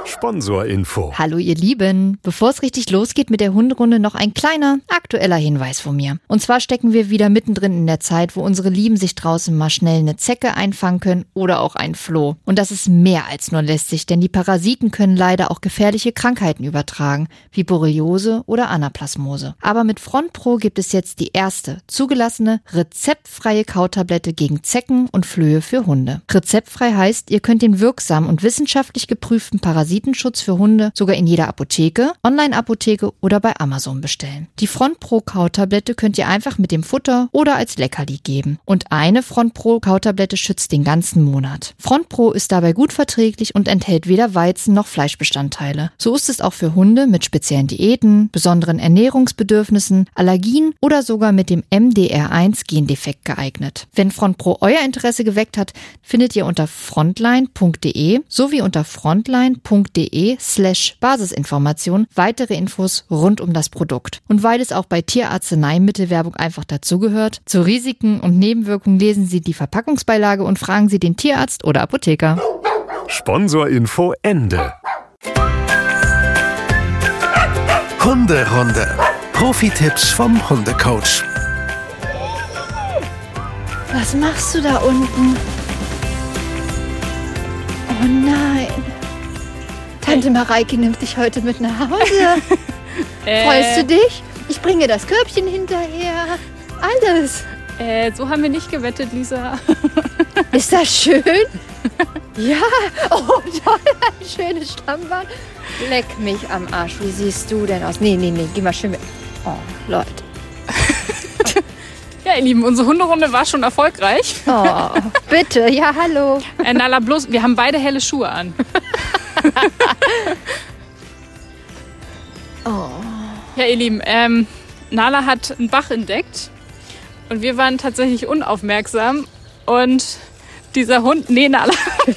Sponsorinfo. Hallo ihr Lieben, bevor es richtig losgeht mit der Hunderunde, noch ein kleiner, aktueller Hinweis von mir. Und zwar stecken wir wieder mittendrin in der Zeit, wo unsere Lieben sich draußen mal schnell eine Zecke einfangen können oder auch ein Floh. Und das ist mehr als nur lästig, denn die Parasiten können leider auch gefährliche Krankheiten übertragen, wie Borreliose oder Anaplasmose. Aber mit FrontPro gibt es jetzt die erste, zugelassene, rezeptfreie Kautablette gegen Zecken und Flöhe für Hunde. Rezeptfrei heißt, ihr könnt den wirksamen und wissenschaftlich geprüften Parasitenschutz für Hunde sogar in jeder Apotheke, Online-Apotheke oder bei Amazon bestellen. Die FrontPro-Kautablette könnt ihr einfach mit dem Futter oder als Leckerli geben. Und eine FrontPro-Kautablette schützt den ganzen Monat. FrontPro ist dabei gut verträglich und enthält weder Weizen noch Fleischbestandteile. So ist es auch für Hunde mit speziellen Diäten, besonderen Ernährungsbedürfnissen, Allergien oder sogar mit dem MDR1-Gendefekt geeignet. Wenn FrontPro euer Interesse geweckt hat, findet ihr unter frontline.de sowie unter frontline.de/Basisinformation weitere Infos rund um das Produkt. Und weil es auch bei Tierarzneimittelwerbung einfach dazugehört, zu Risiken und Nebenwirkungen lesen Sie die Verpackungsbeilage und fragen Sie den Tierarzt oder Apotheker. Sponsorinfo Ende. Hunderunde. Profi-Tipps vom Hundecoach. Was machst du da unten? Oh nein. Tante Mareike nimmt dich heute mit nach Hause. Freust du dich? Ich bringe das Körbchen hinterher. Alles. So haben wir nicht gewettet, Lisa. Ist das schön? Ja. Oh, toll. Ein schönes Stammband. Leck mich am Arsch. Wie siehst du denn aus? Nee. Geh mal schön weg. Oh, Leute. Ja, ihr Lieben, unsere Hunderunde war schon erfolgreich. Oh, bitte. Ja, hallo. Nala, bloß, wir haben beide helle Schuhe an. Oh. Ja, ihr Lieben, Nala hat einen Bach entdeckt und wir waren tatsächlich unaufmerksam und dieser Hund, nee, Nala.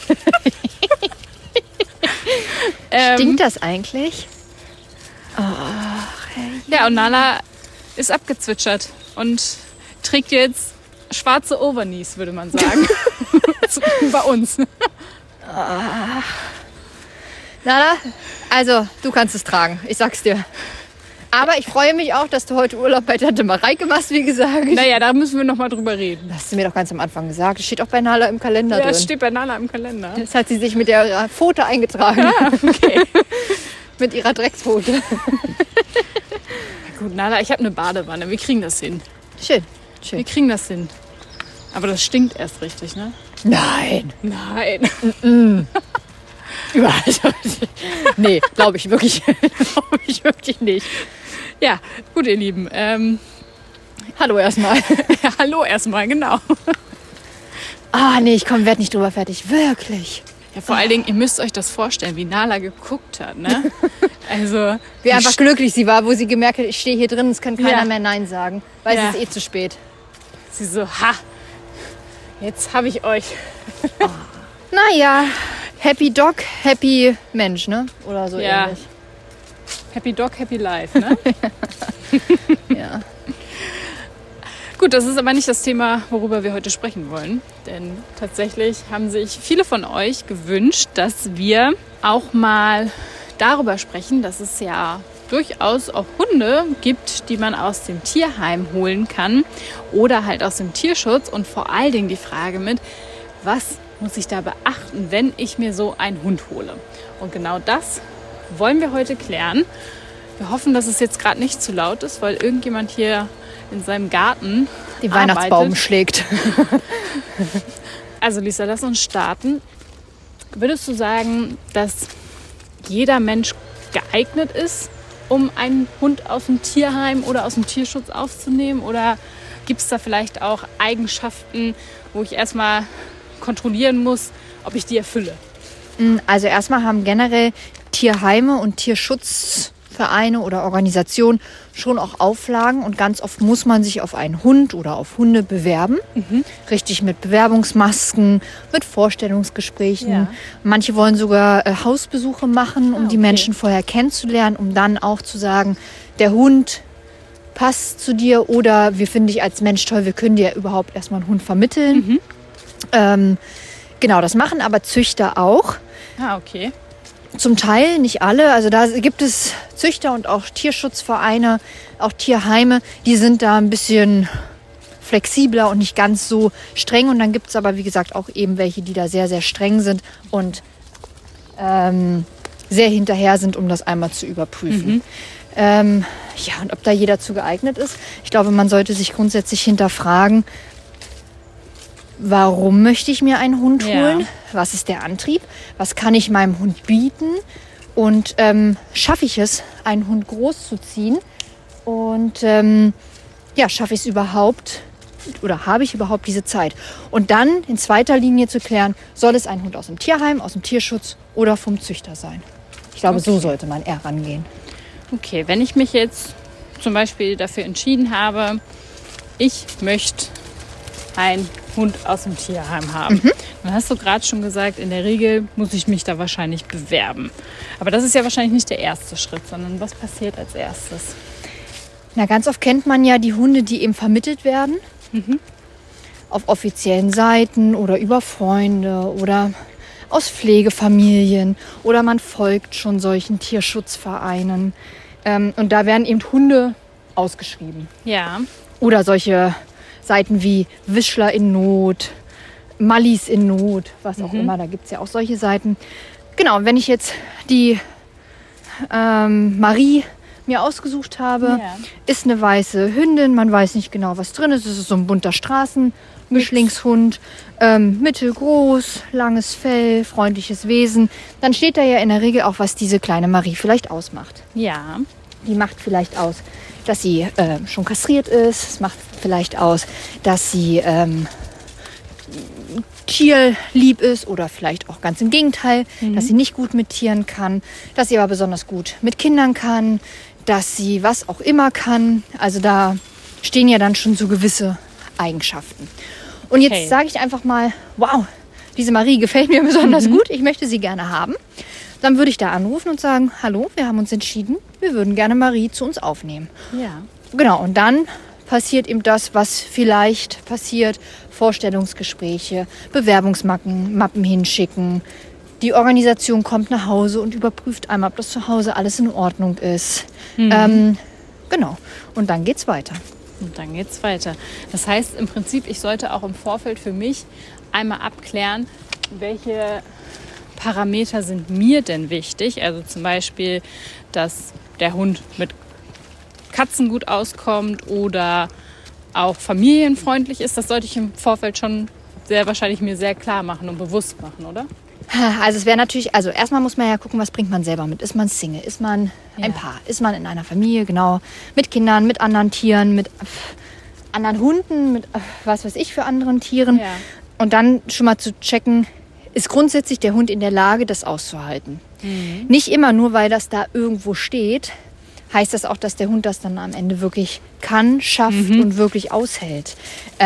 Stinkt das eigentlich? Oh, hey. Ja, und Nala ist abgezwitschert und trägt jetzt schwarze Overknees, würde man sagen. Bei uns. Nala, also du kannst es tragen, ich sag's dir. Aber ich freue mich auch, dass du heute Urlaub bei Tante Mareike machst, wie gesagt. Naja, da müssen wir noch mal drüber reden. Das hast du mir doch ganz am Anfang gesagt. Das steht auch bei Nala im Kalender drin. Ja, das steht bei Nala im Kalender. Das hat sie sich mit der Pfote eingetragen. Ah, okay. Mit ihrer Dreckspfote. Gut, Nala, ich habe eine Badewanne. Wir kriegen das hin. Schön. Wir kriegen das hin. Aber das stinkt erst richtig, ne? Nein. Nee, glaube ich wirklich nicht. Ja, gut, ihr Lieben. Hallo erstmal. Ja, hallo erstmal, genau. Nee, ich werde nicht drüber fertig. Wirklich. Ja, vor allen Dingen, ihr müsst euch das vorstellen, wie Nala geguckt hat, ne? Also, wie einfach glücklich sie war, wo sie gemerkt hat, ich stehe hier drin, es kann keiner mehr Nein sagen, weil es ist eh zu spät. Sie so, jetzt habe ich euch. Naja, Happy Dog, Happy Mensch, ne? Oder so ähnlich. Happy Dog, Happy Life, ne? Ja. Gut, das ist aber nicht das Thema, worüber wir heute sprechen wollen. Denn tatsächlich haben sich viele von euch gewünscht, dass wir auch mal darüber sprechen, dass es ja durchaus auch Hunde gibt, die man aus dem Tierheim holen kann oder halt aus dem Tierschutz. Und vor allen Dingen die Frage mit, was muss ich da beachten, wenn ich mir so einen Hund hole? Und genau das wollen wir heute klären. Wir hoffen, dass es jetzt gerade nicht zu laut ist, weil irgendjemand hier in seinem Garten den Weihnachtsbaum schlägt. Also Lisa, lass uns starten. Würdest du sagen, dass jeder Mensch geeignet ist, um einen Hund aus dem Tierheim oder aus dem Tierschutz aufzunehmen? Oder gibt es da vielleicht auch Eigenschaften, wo ich erstmal kontrollieren muss, ob ich die erfülle? Also erstmal haben generell Tierheime und Tierschutzvereine oder Organisationen schon auch Auflagen und ganz oft muss man sich auf einen Hund oder auf Hunde bewerben. Richtig mit Bewerbungsmasken, mit Vorstellungsgesprächen. Ja. Manche wollen sogar Hausbesuche machen, um die Menschen vorher kennenzulernen, um dann auch zu sagen, der Hund passt zu dir oder wir finden dich als Mensch toll, wir können dir überhaupt erstmal einen Hund vermitteln. Genau, das machen aber Züchter auch. Okay. Zum Teil, nicht alle. Also da gibt es Züchter und auch Tierschutzvereine, auch Tierheime, die sind da ein bisschen flexibler und nicht ganz so streng. Und dann gibt es aber, wie gesagt, auch eben welche, die da sehr, sehr streng sind und sehr hinterher sind, um das einmal zu überprüfen. Ja, und ob da jeder zu geeignet ist. Ich glaube, man sollte sich grundsätzlich hinterfragen, warum möchte ich mir einen Hund holen? Was ist der Antrieb? Was kann ich meinem Hund bieten? Und schaffe ich es, einen Hund großzuziehen? Und schaffe ich es überhaupt oder habe ich überhaupt diese Zeit? Und dann in zweiter Linie zu klären, soll es ein Hund aus dem Tierheim, aus dem Tierschutz oder vom Züchter sein? Ich glaube, so sollte man eher rangehen. Okay, wenn ich mich jetzt zum Beispiel dafür entschieden habe, ich möchte einen Hund aus dem Tierheim haben. Dann hast du gerade schon gesagt, in der Regel muss ich mich da wahrscheinlich bewerben. Aber das ist ja wahrscheinlich nicht der erste Schritt, sondern was passiert als erstes? Na, ganz oft kennt man ja die Hunde, die eben vermittelt werden. Auf offiziellen Seiten oder über Freunde oder aus Pflegefamilien. Oder man folgt schon solchen Tierschutzvereinen. Und da werden eben Hunde ausgeschrieben. Ja. Oder solche Seiten wie Wischler in Not, Mallis in Not, was auch immer. Da gibt es ja auch solche Seiten. Genau, und wenn ich jetzt die Marie mir ausgesucht habe, ist eine weiße Hündin. Man weiß nicht genau, was drin ist. Es ist so ein bunter Straßenmischlingshund. Mittelgroß, langes Fell, freundliches Wesen. Dann steht da ja in der Regel auch, was diese kleine Marie vielleicht ausmacht. Ja. Die macht vielleicht aus, dass sie schon kastriert ist. Es macht vielleicht aus, dass sie tierlieb ist oder vielleicht auch ganz im Gegenteil, dass sie nicht gut mit Tieren kann, dass sie aber besonders gut mit Kindern kann, dass sie was auch immer kann. Also da stehen ja dann schon so gewisse Eigenschaften. Und jetzt sage ich einfach mal, wow, diese Marie gefällt mir besonders gut, ich möchte sie gerne haben. Dann würde ich da anrufen und sagen, hallo, wir haben uns entschieden, wir würden gerne Marie zu uns aufnehmen. Ja. Genau, und dann passiert eben das, was vielleicht passiert. Vorstellungsgespräche, Bewerbungsmappen hinschicken. Die Organisation kommt nach Hause und überprüft einmal, ob das zu Hause alles in Ordnung ist. Genau, und dann geht's weiter. Und dann geht's weiter. Das heißt im Prinzip, ich sollte auch im Vorfeld für mich einmal abklären, welche Parameter sind mir denn wichtig. Also zum Beispiel, dass der Hund mit Katzen gut auskommt oder auch familienfreundlich ist. Das sollte ich im Vorfeld schon sehr wahrscheinlich mir sehr klar machen und bewusst machen, oder? Also es wäre natürlich, also erstmal muss man ja gucken, was bringt man selber mit. Ist man Single? Ist man ein Paar? Ist man in einer Familie? Genau. Mit Kindern, mit anderen Tieren, mit anderen Hunden, mit was weiß ich für anderen Tieren. Ja. Und dann schon mal zu checken, ist grundsätzlich der Hund in der Lage, das auszuhalten. Nicht immer nur, weil das da irgendwo steht, heißt das auch, dass der Hund das dann am Ende wirklich kann, schafft und wirklich aushält.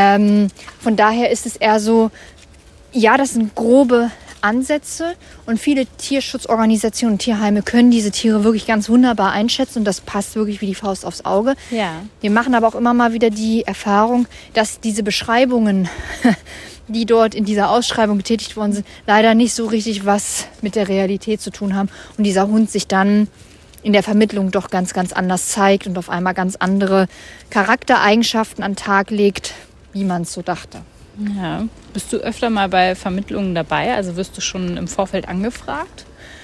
Von daher ist es eher so, ja, das sind grobe Ansätze und viele Tierschutzorganisationen und Tierheime können diese Tiere wirklich ganz wunderbar einschätzen und das passt wirklich wie die Faust aufs Auge. Ja. Wir machen aber auch immer mal wieder die Erfahrung, dass diese Beschreibungen, die dort in dieser Ausschreibung getätigt worden sind, leider nicht so richtig was mit der Realität zu tun haben und dieser Hund sich dann in der Vermittlung doch ganz, ganz anders zeigt und auf einmal ganz andere Charaktereigenschaften an den Tag legt, wie man es so dachte. Ja. Bist du öfter mal bei Vermittlungen dabei? Also wirst du schon im Vorfeld angefragt?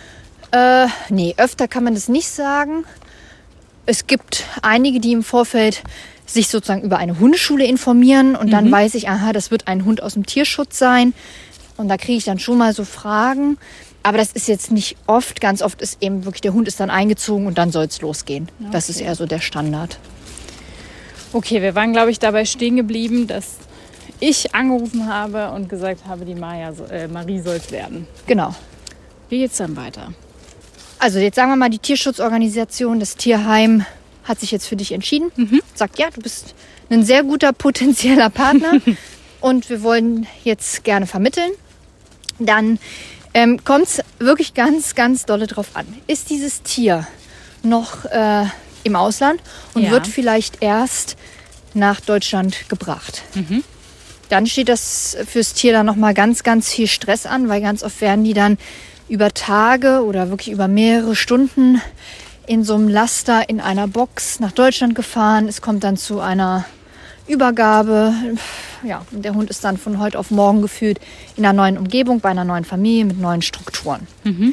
Nee, öfter kann man das nicht sagen. Es gibt einige, die im Vorfeld sich sozusagen über eine Hundeschule informieren und dann weiß ich, aha, das wird ein Hund aus dem Tierschutz sein. Und da kriege ich dann schon mal so Fragen. Aber das ist jetzt nicht oft. Ganz oft ist eben wirklich, der Hund ist dann eingezogen und dann soll es losgehen. Okay. Das ist eher so der Standard. Okay, wir waren, glaube ich, dabei stehen geblieben, dass ich angerufen habe und gesagt habe, die Marie soll es werden. Genau. Wie geht's dann weiter? Also jetzt sagen wir mal, die Tierschutzorganisation, das Tierheim hat sich jetzt für dich entschieden. Sagt, ja, du bist ein sehr guter potenzieller Partner und wir wollen jetzt gerne vermitteln. Dann kommt es wirklich ganz, ganz dolle drauf an. Ist dieses Tier noch im Ausland und wird vielleicht erst nach Deutschland gebracht? Dann steht das fürs Tier dann nochmal ganz, ganz viel Stress an, weil ganz oft werden die dann über Tage oder wirklich über mehrere Stunden in so einem Laster in einer Box nach Deutschland gefahren. Es kommt dann zu einer Übergabe. Ja, und der Hund ist dann von heute auf morgen gefühlt in einer neuen Umgebung, bei einer neuen Familie mit neuen Strukturen.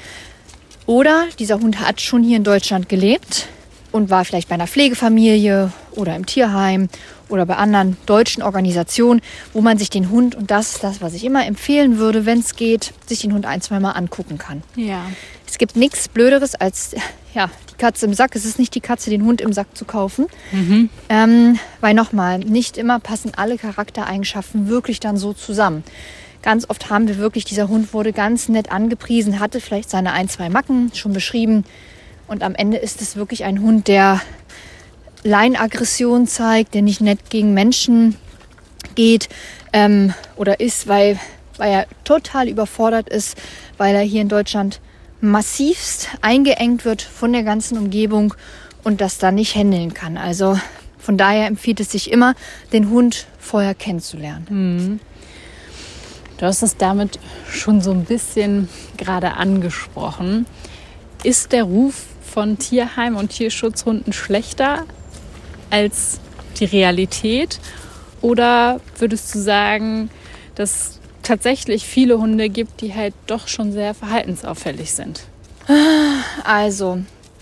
Oder dieser Hund hat schon hier in Deutschland gelebt und war vielleicht bei einer Pflegefamilie oder im Tierheim oder bei anderen deutschen Organisationen, wo man sich den Hund, und das ist das, was ich immer empfehlen würde, wenn es geht, sich den Hund 1-2 Mal angucken kann. Ja. Es gibt nichts Blöderes als die Katze im Sack. Es ist nicht die Katze, den Hund im Sack zu kaufen. Weil nochmal, nicht immer passen alle Charaktereigenschaften wirklich dann so zusammen. Ganz oft haben wir wirklich, dieser Hund wurde ganz nett angepriesen, hatte vielleicht seine 1-2 Macken schon beschrieben. Und am Ende ist es wirklich ein Hund, der Leinenaggression zeigt, der nicht nett gegen Menschen geht oder ist, weil er total überfordert ist, weil er hier in Deutschland massivst eingeengt wird von der ganzen Umgebung und das dann nicht handeln kann. Also von daher empfiehlt es sich immer, den Hund vorher kennenzulernen. Du hast es damit schon so ein bisschen gerade angesprochen. Ist der Ruf von Tierheim und Tierschutzhunden schlechter als die Realität? Oder würdest du sagen, dass tatsächlich viele Hunde gibt, die halt doch schon sehr verhaltensauffällig sind? Also,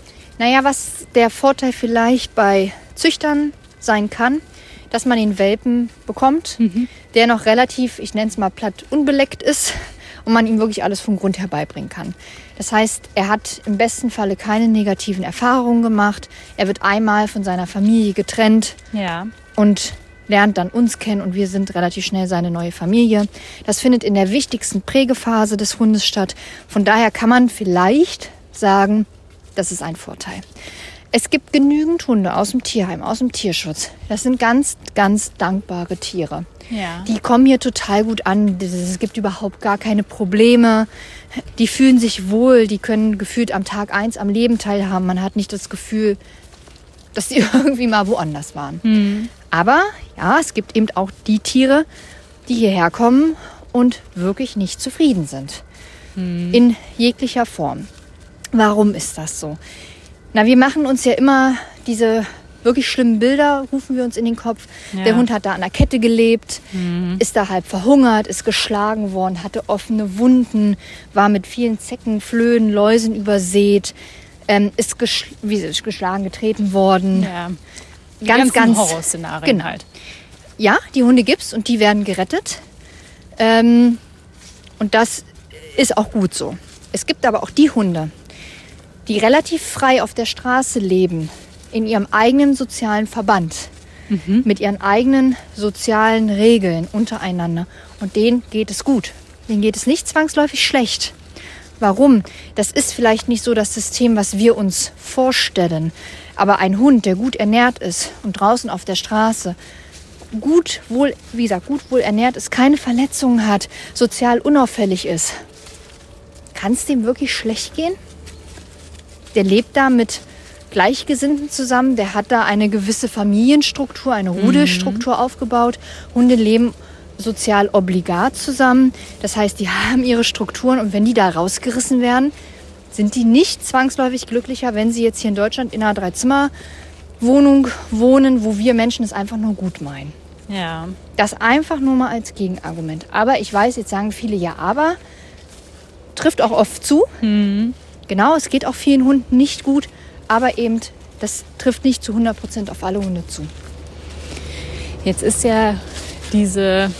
was der Vorteil vielleicht bei Züchtern sein kann, dass man den Welpen bekommt, der noch relativ, ich nenne es mal platt, unbeleckt ist und man ihm wirklich alles vom Grund her beibringen kann. Das heißt, er hat im besten Falle keine negativen Erfahrungen gemacht. Er wird einmal von seiner Familie getrennt und lernt dann uns kennen und wir sind relativ schnell seine neue Familie. Das findet in der wichtigsten Prägephase des Hundes statt. Von daher kann man vielleicht sagen, das ist ein Vorteil. Es gibt genügend Hunde aus dem Tierheim, aus dem Tierschutz. Das sind ganz, ganz dankbare Tiere. Ja. Die kommen hier total gut an. Es gibt überhaupt gar keine Probleme. Die fühlen sich wohl. Die können gefühlt am Tag 1 am Leben teilhaben. Man hat nicht das Gefühl, dass die irgendwie mal woanders waren. Aber ja, es gibt eben auch die Tiere, die hierher kommen und wirklich nicht zufrieden sind. In jeglicher Form. Warum ist das so? Wir machen uns ja immer diese wirklich schlimmen Bilder, rufen wir uns in den Kopf. Ja. Der Hund hat da an der Kette gelebt, ist da halb verhungert, ist geschlagen worden, hatte offene Wunden, war mit vielen Zecken, Flöhen, Läusen übersät, ist geschlagen, getreten worden. Ja. Ganz Horrorszenarien halt. Ja, die Hunde gibt's und die werden gerettet. Und das ist auch gut so. Es gibt aber auch die Hunde, die relativ frei auf der Straße leben, in ihrem eigenen sozialen Verband, mit ihren eigenen sozialen Regeln untereinander. Und denen geht es gut. Denen geht es nicht zwangsläufig schlecht. Warum? Das ist vielleicht nicht so das System, was wir uns vorstellen. Aber ein Hund, der gut ernährt ist und draußen auf der Straße gut wohl ernährt ist, keine Verletzungen hat, sozial unauffällig ist, kann es dem wirklich schlecht gehen? Der lebt da mit Gleichgesinnten zusammen, der hat da eine gewisse Familienstruktur, eine Rudelstruktur aufgebaut. Hunde leben sozial obligat zusammen. Das heißt, die haben ihre Strukturen und wenn die da rausgerissen werden, sind die nicht zwangsläufig glücklicher, wenn sie jetzt hier in Deutschland in einer 3-Zimmer-Wohnung wohnen, wo wir Menschen es einfach nur gut meinen. Ja. Das einfach nur mal als Gegenargument. Aber ich weiß, jetzt sagen viele ja, aber trifft auch oft zu. Genau, es geht auch vielen Hunden nicht gut, aber eben, das trifft nicht zu 100% auf alle Hunde zu. Jetzt ist ja diese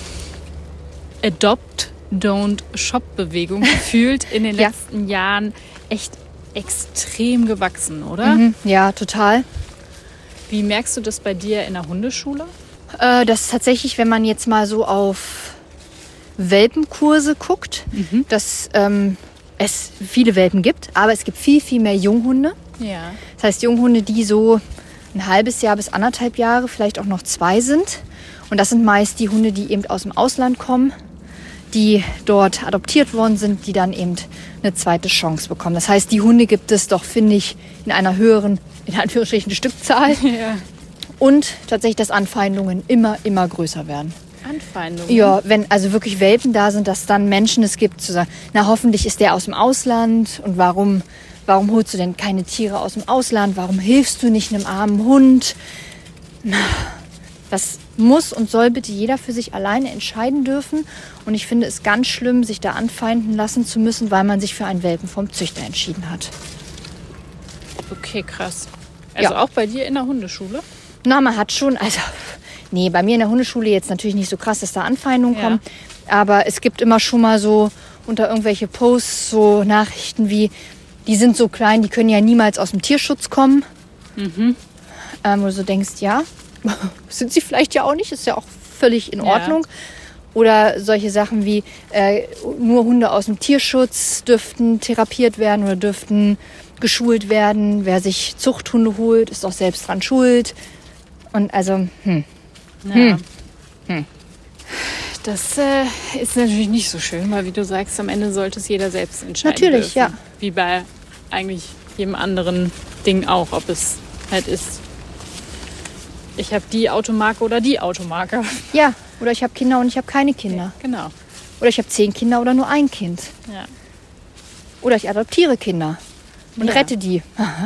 Adopt-Don't-Shop-Bewegung gefühlt in den letzten Jahren echt extrem gewachsen, oder? Ja, total. Wie merkst du das bei dir in der Hundeschule? Das ist tatsächlich, wenn man jetzt mal so auf Welpenkurse guckt, dass es viele Welpen gibt, aber es gibt viel, viel mehr Junghunde. Ja. Das heißt, Junghunde, die so ein halbes Jahr bis 1,5 Jahre, vielleicht auch noch 2 sind. Und das sind meist die Hunde, die eben aus dem Ausland kommen, die dort adoptiert worden sind, die dann eben eine zweite Chance bekommen. Das heißt, die Hunde gibt es doch, finde ich, in einer höheren, in Anführungsstrichen, Stückzahl. Ja. Und tatsächlich, dass Anfeindungen immer größer werden. Anfeindungen. Ja, wenn also wirklich Welpen da sind, dass dann Menschen es gibt, zu sagen, na hoffentlich ist der aus dem Ausland und warum holst du denn keine Tiere aus dem Ausland? Warum hilfst du nicht einem armen Hund? Das muss und soll bitte jeder für sich alleine entscheiden dürfen. Und ich finde es ganz schlimm, sich da anfeinden lassen zu müssen, weil man sich für einen Welpen vom Züchter entschieden hat. Okay, krass. Also auch bei dir in der Hundeschule? Na, man hat schon, nee, bei mir in der Hundeschule jetzt natürlich nicht so krass, dass da Anfeindungen kommen. Aber es gibt immer schon mal so unter irgendwelche Posts so Nachrichten wie, die sind so klein, die können ja niemals aus dem Tierschutz kommen. Wo du so denkst, ja, sind sie vielleicht ja auch nicht, ist ja auch völlig in Ordnung. Oder solche Sachen wie, nur Hunde aus dem Tierschutz dürften therapiert werden oder dürften geschult werden. Wer sich Zuchthunde holt, ist auch selbst dran schuld. Und also, Das ist natürlich nicht so schön, weil wie du sagst, am Ende sollte es jeder selbst entscheiden Natürlich, dürfen. ja. Wie bei eigentlich jedem anderen Ding auch, ob es halt ist, ich habe die Automarke oder die Automarke. Ja, oder ich habe Kinder und ich habe keine Kinder. Genau. Oder ich habe 10 Kinder oder nur ein Kind. Ja. Oder ich adoptiere Kinder und rette die.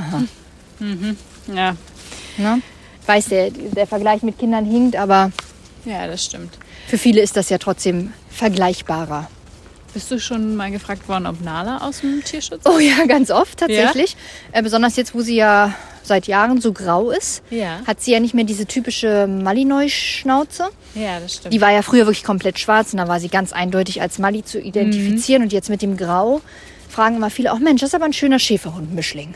Ja. Ne? Weiß, der Vergleich mit Kindern hinkt, aber Ja, das stimmt. für viele ist das ja trotzdem vergleichbarer. Bist du schon mal gefragt worden, ob Nala aus dem Tierschutz ist? Oh ja, ganz oft tatsächlich. Besonders jetzt, wo sie ja seit Jahren so grau ist, Ja. hat sie ja nicht mehr diese typische Malinois-Schnauze. Ja, das stimmt. Die war ja früher wirklich komplett schwarz und da war sie ganz eindeutig als Mali zu identifizieren. Und jetzt mit dem Grau fragen immer viele auch, Mensch, das ist aber ein schöner Schäferhund-Mischling.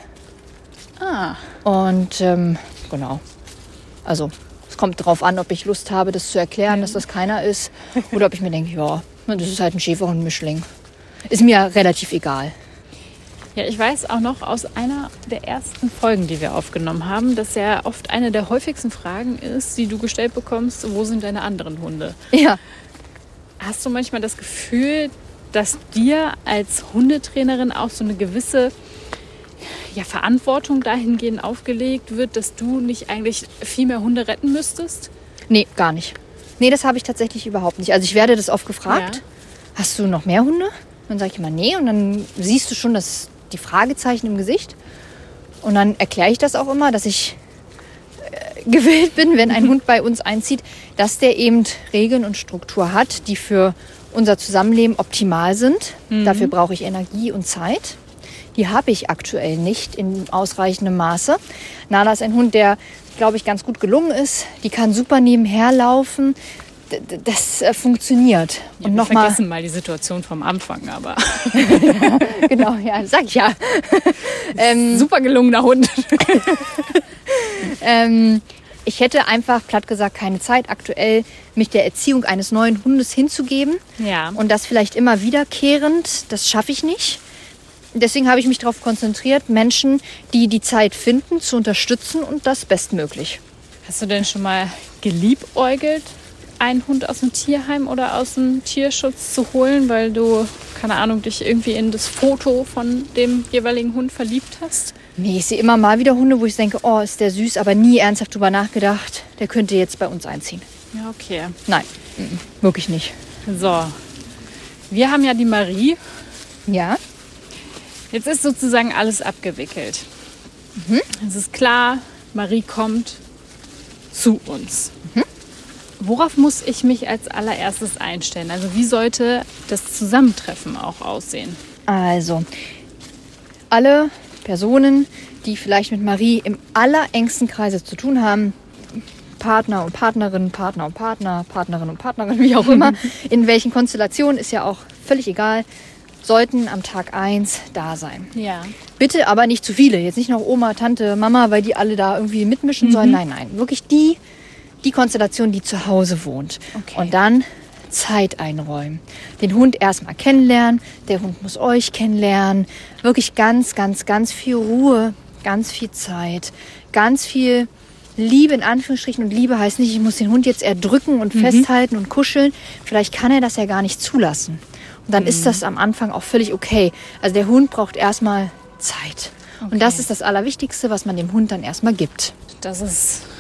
Und genau. Also es kommt drauf an, ob ich Lust habe, das zu erklären, dass das keiner ist. Oder ob ich mir denke, ja, das ist halt ein Schäferhund-Mischling. Ist mir relativ egal. Ja, ich weiß auch noch aus einer der ersten Folgen, die wir aufgenommen haben, dass ja oft eine der häufigsten Fragen ist, die du gestellt bekommst, wo sind deine anderen Hunde? Ja. Hast du manchmal das Gefühl, dass dir als Hundetrainerin auch so eine gewisse Verantwortung dahingehend aufgelegt wird, dass du nicht eigentlich viel mehr Hunde retten müsstest? Nee, gar nicht. Nee, das habe ich tatsächlich überhaupt nicht. Also ich werde das oft gefragt, Ja. Hast du noch mehr Hunde? Dann sage ich immer, nee. Und dann siehst du schon die Fragezeichen im Gesicht. Und dann erkläre ich das auch immer, dass ich gewillt bin, wenn ein Hund bei uns einzieht, dass der eben Regeln und Struktur hat, die für unser Zusammenleben optimal sind. Dafür brauche ich Energie und Zeit. Die habe ich aktuell nicht in ausreichendem Maße. Nala ist ein Hund, der, glaube ich, ganz gut gelungen ist. Die kann super nebenher laufen. Das funktioniert. Ja, Und wir noch mal, vergessen mal die Situation vom Anfang, aber genau, ja, sag ich ja. super gelungener Hund. Ich hätte einfach, platt gesagt, keine Zeit aktuell, mich der Erziehung eines neuen Hundes hinzugeben. Ja. Und das vielleicht immer wiederkehrend, das schaffe ich nicht. Deswegen habe ich mich darauf konzentriert, Menschen, die die Zeit finden, zu unterstützen und das bestmöglich. Hast du denn schon mal geliebäugelt, einen Hund aus dem Tierheim oder aus dem Tierschutz zu holen, weil du, keine Ahnung, dich irgendwie in das Foto von dem jeweiligen Hund verliebt hast? Nee, ich sehe immer mal wieder Hunde, wo ich denke, oh, ist der süß, aber nie ernsthaft drüber nachgedacht, der könnte jetzt bei uns einziehen. Ja, okay. Nein, wirklich nicht. So, wir haben ja die Marie. Ja? Jetzt ist sozusagen alles abgewickelt. Es ist klar, Marie kommt zu uns. Worauf muss ich mich als allererstes einstellen? Also wie sollte das Zusammentreffen auch aussehen? Also, alle Personen, die vielleicht mit Marie im allerengsten Kreise zu tun haben, Partner und Partnerin, Partner und Partner, Partnerin und Partnerin, wie auch immer, in welchen Konstellationen, ist ja auch völlig egal, sollten am Tag 1 da sein. Ja. Bitte aber nicht zu viele. Jetzt nicht noch Oma, Tante, Mama, weil die alle da irgendwie mitmischen sollen. Nein, nein. Wirklich die Konstellation, die zu Hause wohnt. Okay. Und dann Zeit einräumen. Den Hund erstmal kennenlernen. Der Hund muss euch kennenlernen. Wirklich ganz, ganz, ganz viel Ruhe, ganz viel Zeit, ganz viel Liebe in Anführungsstrichen. Und Liebe heißt nicht, ich muss den Hund jetzt erdrücken und festhalten und kuscheln. Vielleicht kann er das ja gar nicht zulassen. Und dann ist das am Anfang auch völlig okay. Also der Hund braucht erstmal Zeit. Und das ist das Allerwichtigste, was man dem Hund dann erstmal gibt. Das ist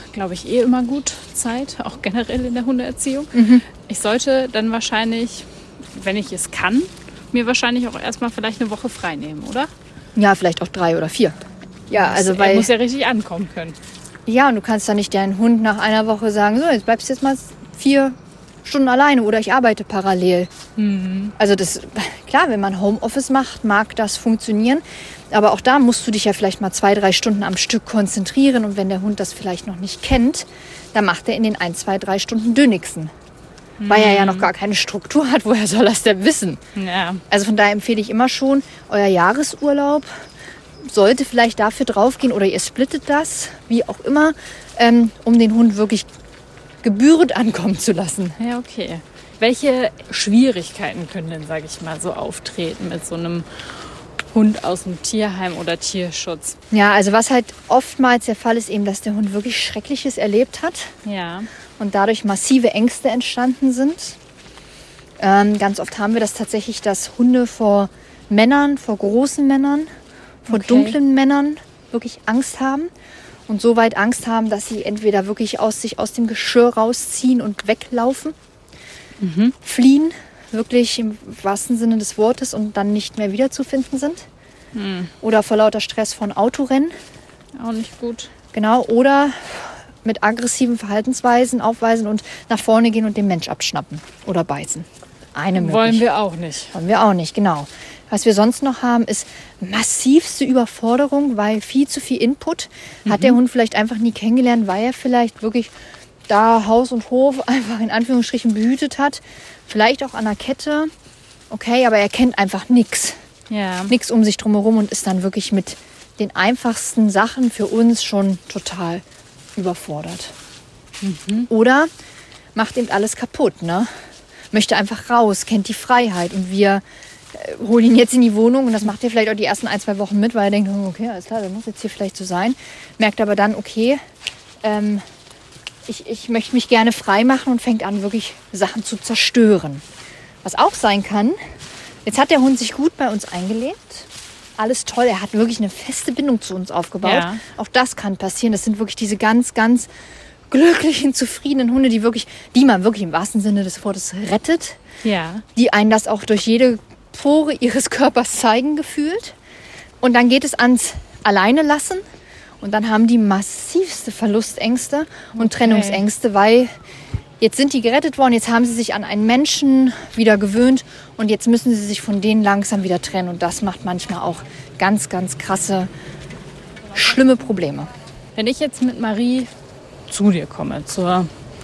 glaube ich, immer gut Zeit, auch generell in der Hundeerziehung. Ich sollte dann wahrscheinlich, wenn ich es kann, mir wahrscheinlich auch erstmal vielleicht eine Woche frei nehmen, oder? Ja, vielleicht auch 3 oder 4. Ja, also Er weil... muss ja richtig ankommen können. Ja, und du kannst dann nicht deinen Hund nach einer Woche sagen, so, jetzt bleibst du jetzt mal 4 Stunden alleine oder ich arbeite parallel. Also das, klar, wenn man Homeoffice macht, mag das funktionieren. Aber auch da musst du dich ja vielleicht mal 2, 3 Stunden am Stück konzentrieren. Und wenn der Hund das vielleicht noch nicht kennt, dann macht er in den 1, 2, 3 Stunden Dönigsen. Weil er ja noch gar keine Struktur hat. Woher soll er es denn wissen? Ja. Also von daher empfehle ich immer schon, euer Jahresurlaub sollte vielleicht dafür draufgehen oder ihr splittet das, wie auch immer, um den Hund wirklich gebührend ankommen zu lassen. Ja, okay. Welche Schwierigkeiten können denn, sage ich mal, so auftreten mit so einem Hund aus dem Tierheim oder Tierschutz? Ja, also was halt oftmals der Fall ist eben, dass der Hund wirklich Schreckliches erlebt hat Ja. und dadurch massive Ängste entstanden sind. Ganz oft haben wir das tatsächlich, dass Hunde vor Männern, vor großen Männern, vor dunklen Männern wirklich Angst haben. Und so weit Angst haben, dass sie entweder wirklich sich aus dem Geschirr rausziehen und weglaufen, fliehen, wirklich im wahrsten Sinne des Wortes und dann nicht mehr wiederzufinden sind. Oder vor lauter Stress von Autorennen. Auch nicht gut. Genau, oder mit aggressiven Verhaltensweisen aufweisen und nach vorne gehen und den Mensch abschnappen oder beißen. Eine Möglichkeit. Wollen wir auch nicht. Wollen wir auch nicht, genau. Was wir sonst noch haben, ist massivste Überforderung, weil viel zu viel Input. Hat der Hund vielleicht einfach nie kennengelernt, weil er vielleicht wirklich da Haus und Hof einfach in Anführungsstrichen behütet hat. Vielleicht auch an der Kette. Okay, aber er kennt einfach nichts. Ja. Nichts um sich drumherum und ist dann wirklich mit den einfachsten Sachen für uns schon total überfordert. Oder macht eben alles kaputt, ne? Möchte einfach raus, kennt die Freiheit und wir holen ihn jetzt in die Wohnung und das macht er vielleicht auch die ersten 1, 2 Wochen mit, weil er denkt, okay, alles klar, das muss jetzt hier vielleicht so sein. Merkt aber dann, okay, ich möchte mich gerne frei machen und fängt an, wirklich Sachen zu zerstören. Was auch sein kann, jetzt hat der Hund sich gut bei uns eingelebt. Alles toll, er hat wirklich eine feste Bindung zu uns aufgebaut. Ja. Auch das kann passieren. Das sind wirklich diese ganz, ganz glücklichen, zufriedenen Hunde, die man wirklich im wahrsten Sinne des Wortes rettet. Ja. Die einen das auch durch jede Pore ihres Körpers zeigen gefühlt. Und dann geht es ans Alleine lassen. Und dann haben die massivste Verlustängste und Trennungsängste, weil jetzt sind die gerettet worden, jetzt haben sie sich an einen Menschen wieder gewöhnt und jetzt müssen sie sich von denen langsam wieder trennen. Und das macht manchmal auch ganz, ganz krasse, schlimme Probleme. Wenn ich jetzt mit Marie zu dir komme, zur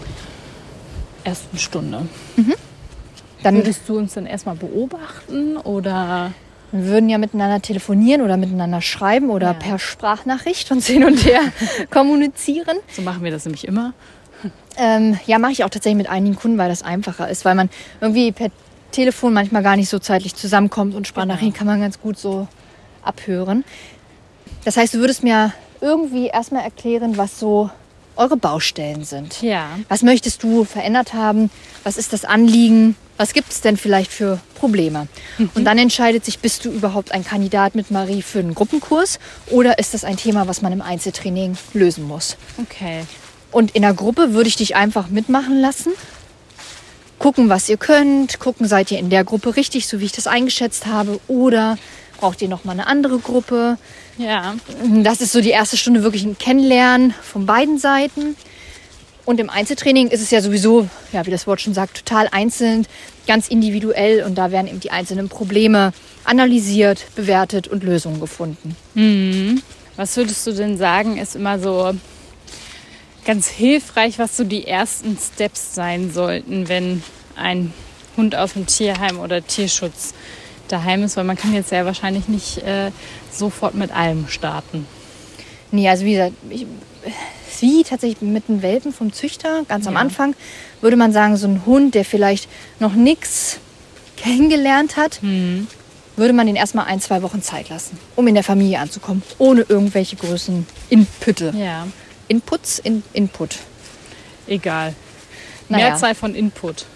ersten Stunde, Dann würdest du uns dann erstmal beobachten oder? wir würden ja miteinander telefonieren oder miteinander schreiben oder per Sprachnachricht uns hin und her kommunizieren. So machen wir das nämlich immer. Ja, mache ich auch tatsächlich mit einigen Kunden, weil das einfacher ist, weil man irgendwie per Telefon manchmal gar nicht so zeitlich zusammenkommt und Sprachnachrichten kann man ganz gut so abhören. Das heißt, du würdest mir irgendwie erstmal erklären, was so eure Baustellen sind. Ja. Was möchtest du verändert haben? Was ist das Anliegen? Was gibt es denn vielleicht für Probleme? Und dann entscheidet sich, bist du überhaupt ein Kandidat mit Marie für einen Gruppenkurs oder ist das ein Thema, was man im Einzeltraining lösen muss? Okay. Und in der Gruppe würde ich dich einfach mitmachen lassen. Gucken, was ihr könnt. Gucken, seid ihr in der Gruppe richtig, so wie ich das eingeschätzt habe. Oder braucht ihr noch mal eine andere Gruppe? Ja. Das ist so die erste Stunde wirklich ein Kennenlernen von beiden Seiten. Und im Einzeltraining ist es ja sowieso, ja, wie das Wort schon sagt, total einzeln, ganz individuell. Und da werden eben die einzelnen Probleme analysiert, bewertet und Lösungen gefunden. Was würdest du denn sagen, ist immer so ganz hilfreich, was so die ersten Steps sein sollten, wenn ein Hund aus dem Tierheim oder Tierschutz daheim ist? Weil man kann jetzt ja wahrscheinlich nicht sofort mit allem starten. Nee, also wie gesagt, wie tatsächlich mit einem Welpen vom Züchter, ganz am Anfang, würde man sagen, so ein Hund, der vielleicht noch nichts kennengelernt hat, würde man den erstmal 1, 2 Wochen Zeit lassen, um in der Familie anzukommen, ohne irgendwelche großen Inputte. Ja. Input. Egal. Naja. Mehrzahl von Input.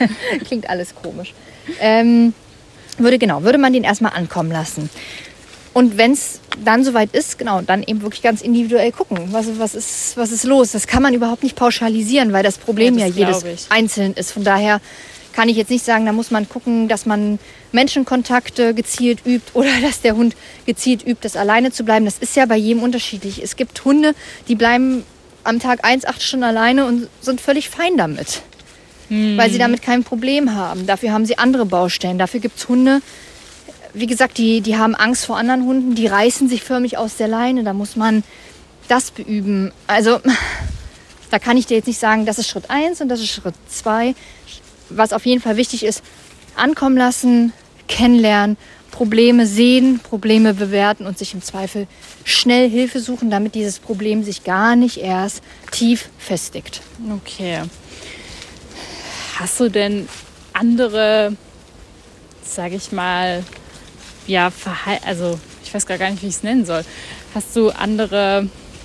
Klingt alles komisch. Würde man den erstmal ankommen lassen. Und wenn es dann soweit ist, genau, dann eben wirklich ganz individuell gucken, was ist los. Das kann man überhaupt nicht pauschalisieren, weil das Problem ja jedes einzeln ist. Von daher kann ich jetzt nicht sagen, da muss man gucken, dass man Menschenkontakte gezielt übt oder dass der Hund gezielt übt, das alleine zu bleiben. Das ist ja bei jedem unterschiedlich. Es gibt Hunde, die bleiben am Tag 8 Stunden alleine und sind völlig fein damit, weil sie damit kein Problem haben. Dafür haben sie andere Baustellen. Dafür gibt es Hunde, wie gesagt, die haben Angst vor anderen Hunden, die reißen sich förmlich aus der Leine. Da muss man das beüben. Also da kann ich dir jetzt nicht sagen, das ist Schritt 1 und das ist Schritt 2. Was auf jeden Fall wichtig ist, ankommen lassen, kennenlernen, Probleme sehen, Probleme bewerten und sich im Zweifel schnell Hilfe suchen, damit dieses Problem sich gar nicht erst tief festigt. Okay. Hast du denn andere, sage ich mal, ja, also ich weiß gar nicht, wie ich es nennen soll. Hast du andere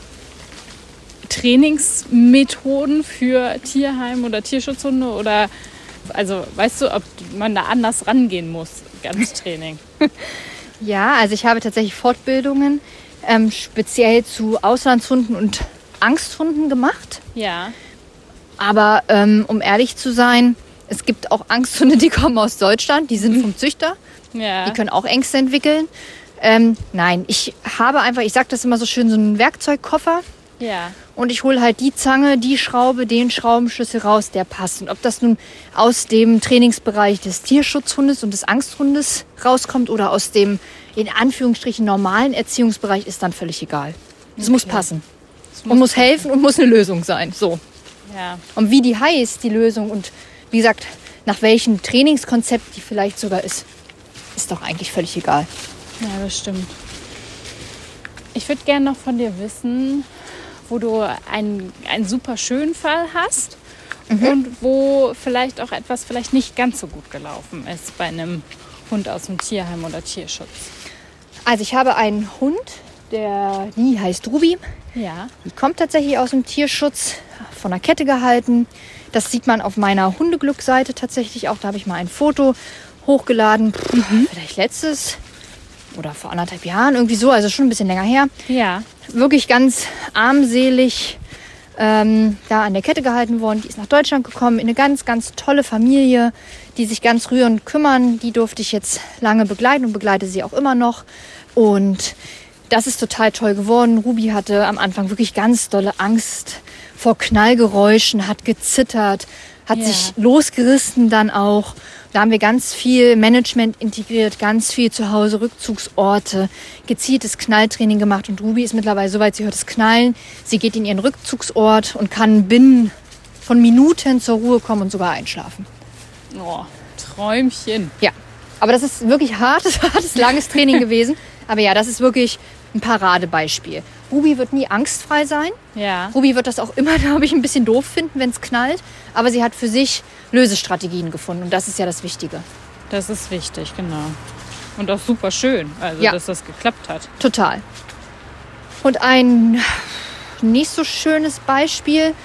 Trainingsmethoden für Tierheim- oder Tierschutzhunde? Oder also weißt du, ob man da anders rangehen muss, ganz Training? Ja, also ich habe tatsächlich Fortbildungen speziell zu Auslandshunden und Angsthunden gemacht. Ja. Aber um ehrlich zu sein, es gibt auch Angsthunde, die kommen aus Deutschland, die sind vom Züchter. Ja. Die können auch Ängste entwickeln. Nein, ich habe einfach, ich sage das immer so schön, so einen Werkzeugkoffer. Ja. Und ich hole halt die Zange, die Schraube, den Schraubenschlüssel raus, der passt. Und ob das nun aus dem Trainingsbereich des Tierschutzhundes und des Angsthundes rauskommt oder aus dem, in Anführungsstrichen, normalen Erziehungsbereich, ist dann völlig egal. Es muss passen. Und muss helfen und muss eine Lösung sein. So. Ja. Und wie die heißt, die Lösung, und wie gesagt, nach welchem Trainingskonzept die vielleicht sogar ist doch eigentlich völlig egal. Ja, das stimmt. Ich würde gerne noch von dir wissen, wo du einen super schönen Fall hast und wo vielleicht auch etwas vielleicht nicht ganz so gut gelaufen ist bei einem Hund aus dem Tierheim oder Tierschutz. Also ich habe einen Hund, die heißt Ruby. Ja. Die kommt tatsächlich aus dem Tierschutz, von der Kette gehalten. Das sieht man auf meiner Hundeglück-Seite tatsächlich auch. Da habe ich mal ein Foto hochgeladen, vielleicht letztes oder vor 1,5 Jahren, irgendwie so, also schon ein bisschen länger her. Ja. Wirklich ganz armselig da an der Kette gehalten worden. Die ist nach Deutschland gekommen, in eine ganz, ganz tolle Familie, die sich ganz rührend kümmern. Die durfte ich jetzt lange begleiten und begleite sie auch immer noch. Und das ist total toll geworden. Ruby hatte am Anfang wirklich ganz dolle Angst vor Knallgeräuschen, hat gezittert, hat sich losgerissen dann auch. Da haben wir ganz viel Management integriert, ganz viel zu Hause Rückzugsorte, gezieltes Knalltraining gemacht. Und Ruby ist mittlerweile so weit, sie hört das Knallen. Sie geht in ihren Rückzugsort und kann binnen von Minuten zur Ruhe kommen und sogar einschlafen. Oh, Träumchen. Ja, aber das ist wirklich hartes, langes Training gewesen. Aber ja, das ist wirklich ein Paradebeispiel. Ruby wird nie angstfrei sein. Ja. Ruby wird das auch immer, glaube ich, ein bisschen doof finden, wenn es knallt. Aber sie hat für sich Lösestrategien gefunden. Und das ist ja das Wichtige. Das ist wichtig, genau. Und auch super schön, also dass das geklappt hat. Total. Und ein nicht so schönes Beispiel.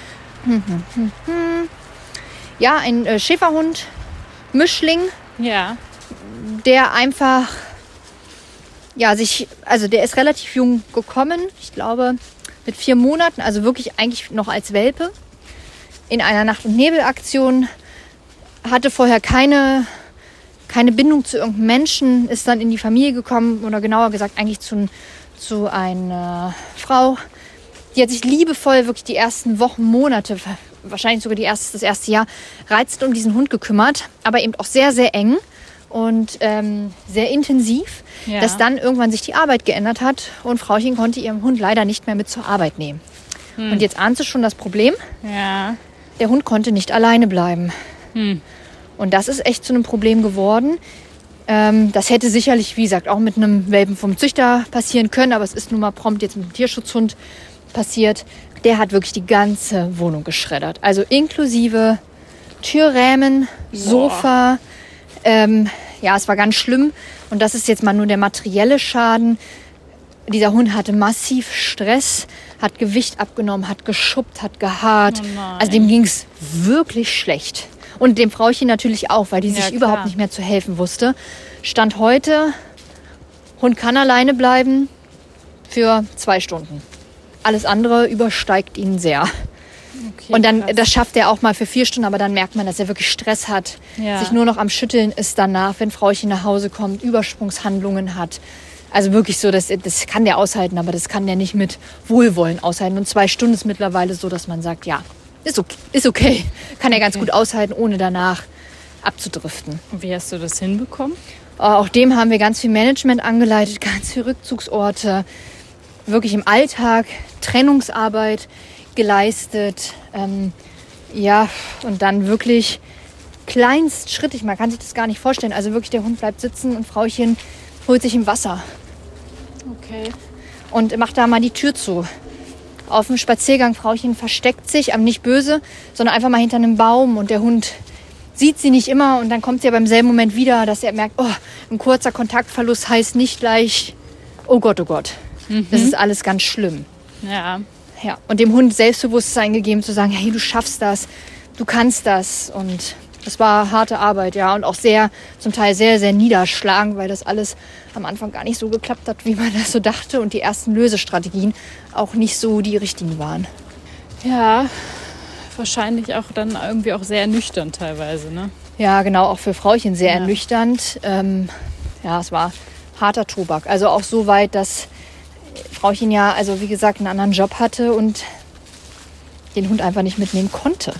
Ja, ein Schäferhund, Mischling. Ja. Der einfach, der ist relativ jung gekommen. Ich glaube, mit 4 Monaten, also wirklich eigentlich noch als Welpe. In einer Nacht- und Nebelaktion. Hatte vorher keine Bindung zu irgendeinem Menschen, ist dann in die Familie gekommen oder genauer gesagt eigentlich zu einer Frau. Die hat sich liebevoll wirklich die ersten Wochen, Monate, wahrscheinlich sogar das erste Jahr, reizend um diesen Hund gekümmert, aber eben auch sehr, sehr eng und sehr intensiv, dass dann irgendwann sich die Arbeit geändert hat und Frauchen konnte ihren Hund leider nicht mehr mit zur Arbeit nehmen. Und jetzt ahnst du schon das Problem. Ja. Der Hund konnte nicht alleine bleiben. Und das ist echt zu einem Problem geworden. Das hätte sicherlich, wie gesagt, auch mit einem Welpen vom Züchter passieren können, aber es ist nun mal prompt jetzt mit einem Tierschutzhund passiert. Der hat wirklich die ganze Wohnung geschreddert. Also inklusive Türrahmen, Sofa. Es war ganz schlimm. Und das ist jetzt mal nur der materielle Schaden. Dieser Hund hatte massiv Stress, hat Gewicht abgenommen, hat geschuppt, hat gehaart. Also dem ging es wirklich schlecht. Und dem Frauchen natürlich auch, weil die sich überhaupt nicht mehr zu helfen wusste. Stand heute Hund kann alleine bleiben für 2 Stunden. Alles andere übersteigt ihn sehr. Okay, Und dann, krass. das schafft er auch mal für 4 Stunden, aber dann merkt man, dass er wirklich Stress hat, Ja. sich nur noch am Schütteln ist danach, wenn Frauchen nach Hause kommt, Übersprungshandlungen hat. Also wirklich so, das kann der aushalten, aber das kann der nicht mit Wohlwollen aushalten. Und 2 Stunden ist mittlerweile so, dass man sagt, ja, ist okay. Kann er ganz gut aushalten, ohne danach abzudriften. Und wie hast du das hinbekommen? Auch dem haben wir ganz viel Management angeleitet, ganz viele Rückzugsorte, wirklich im Alltag Trennungsarbeit geleistet. Und dann wirklich kleinstschrittig, man kann sich das gar nicht vorstellen. Also wirklich, der Hund bleibt sitzen und Frauchen holt sich im Wasser Okay. und macht da mal die Tür zu. Auf dem Spaziergang, Frauchen versteckt sich, aber nicht böse, sondern einfach mal hinter einem Baum und der Hund sieht sie nicht immer und dann kommt sie ja beim selben Moment wieder, dass er merkt, oh, ein kurzer Kontaktverlust heißt nicht gleich, oh Gott, das ist alles ganz schlimm. Ja. Ja, und dem Hund Selbstbewusstsein gegeben zu sagen, hey, du schaffst das, du kannst das. Und das war harte Arbeit, ja, und auch zum Teil sehr, sehr niederschlagend, weil das alles am Anfang gar nicht so geklappt hat, wie man das so dachte und die ersten Lösestrategien auch nicht so die richtigen waren. Ja, wahrscheinlich auch dann irgendwie auch sehr ernüchternd teilweise, ne? Ja, genau, auch für Frauchen sehr Ja. ernüchternd. Es war harter Tobak. Also auch so weit, dass Frauchen ja, also wie gesagt, einen anderen Job hatte und den Hund einfach nicht mitnehmen konnte.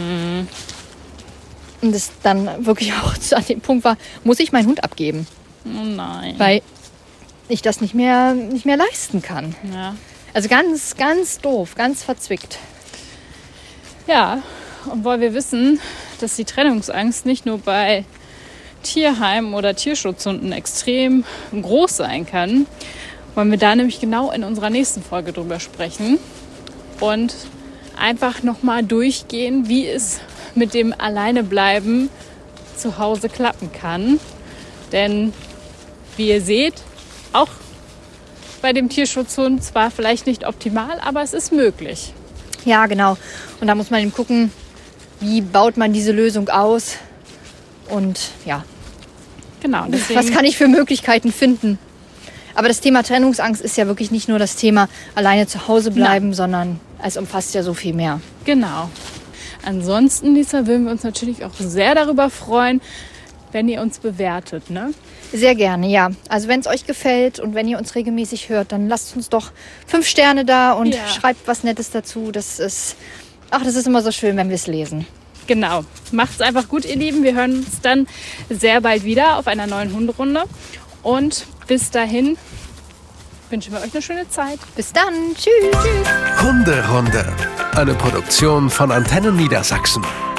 Und es dann wirklich auch an dem Punkt war, muss ich meinen Hund abgeben, Oh nein. weil ich das nicht mehr leisten kann. Ja. Also ganz, ganz doof, ganz verzwickt. Ja, und weil wir wissen, dass die Trennungsangst nicht nur bei Tierheimen oder Tierschutzhunden extrem groß sein kann, wollen wir da nämlich genau in unserer nächsten Folge drüber sprechen und einfach nochmal durchgehen, wie es mit dem Alleinebleiben zu Hause klappen kann. Denn wie ihr seht, auch bei dem Tierschutzhund zwar vielleicht nicht optimal, aber es ist möglich. Ja, genau. Und da muss man eben gucken, wie baut man diese Lösung aus und ja, Genau, deswegen, was kann ich für Möglichkeiten finden. Aber das Thema Trennungsangst ist ja wirklich nicht nur das Thema alleine zu Hause bleiben, sondern es umfasst ja so viel mehr. Genau. Ansonsten, Lisa, würden wir uns natürlich auch sehr darüber freuen, wenn ihr uns bewertet, ne? Sehr gerne, ja. Also wenn es euch gefällt und wenn ihr uns regelmäßig hört, dann lasst uns doch 5 Sterne da und Ja. schreibt was Nettes dazu. Das ist immer so schön, wenn wir es lesen. Genau. Macht's einfach gut, ihr Lieben. Wir hören uns dann sehr bald wieder auf einer neuen Hunderunde. Und bis dahin wünschen wir euch eine schöne Zeit. Bis dann. Tschüss. Hunderunde, eine Produktion von Antennen Niedersachsen.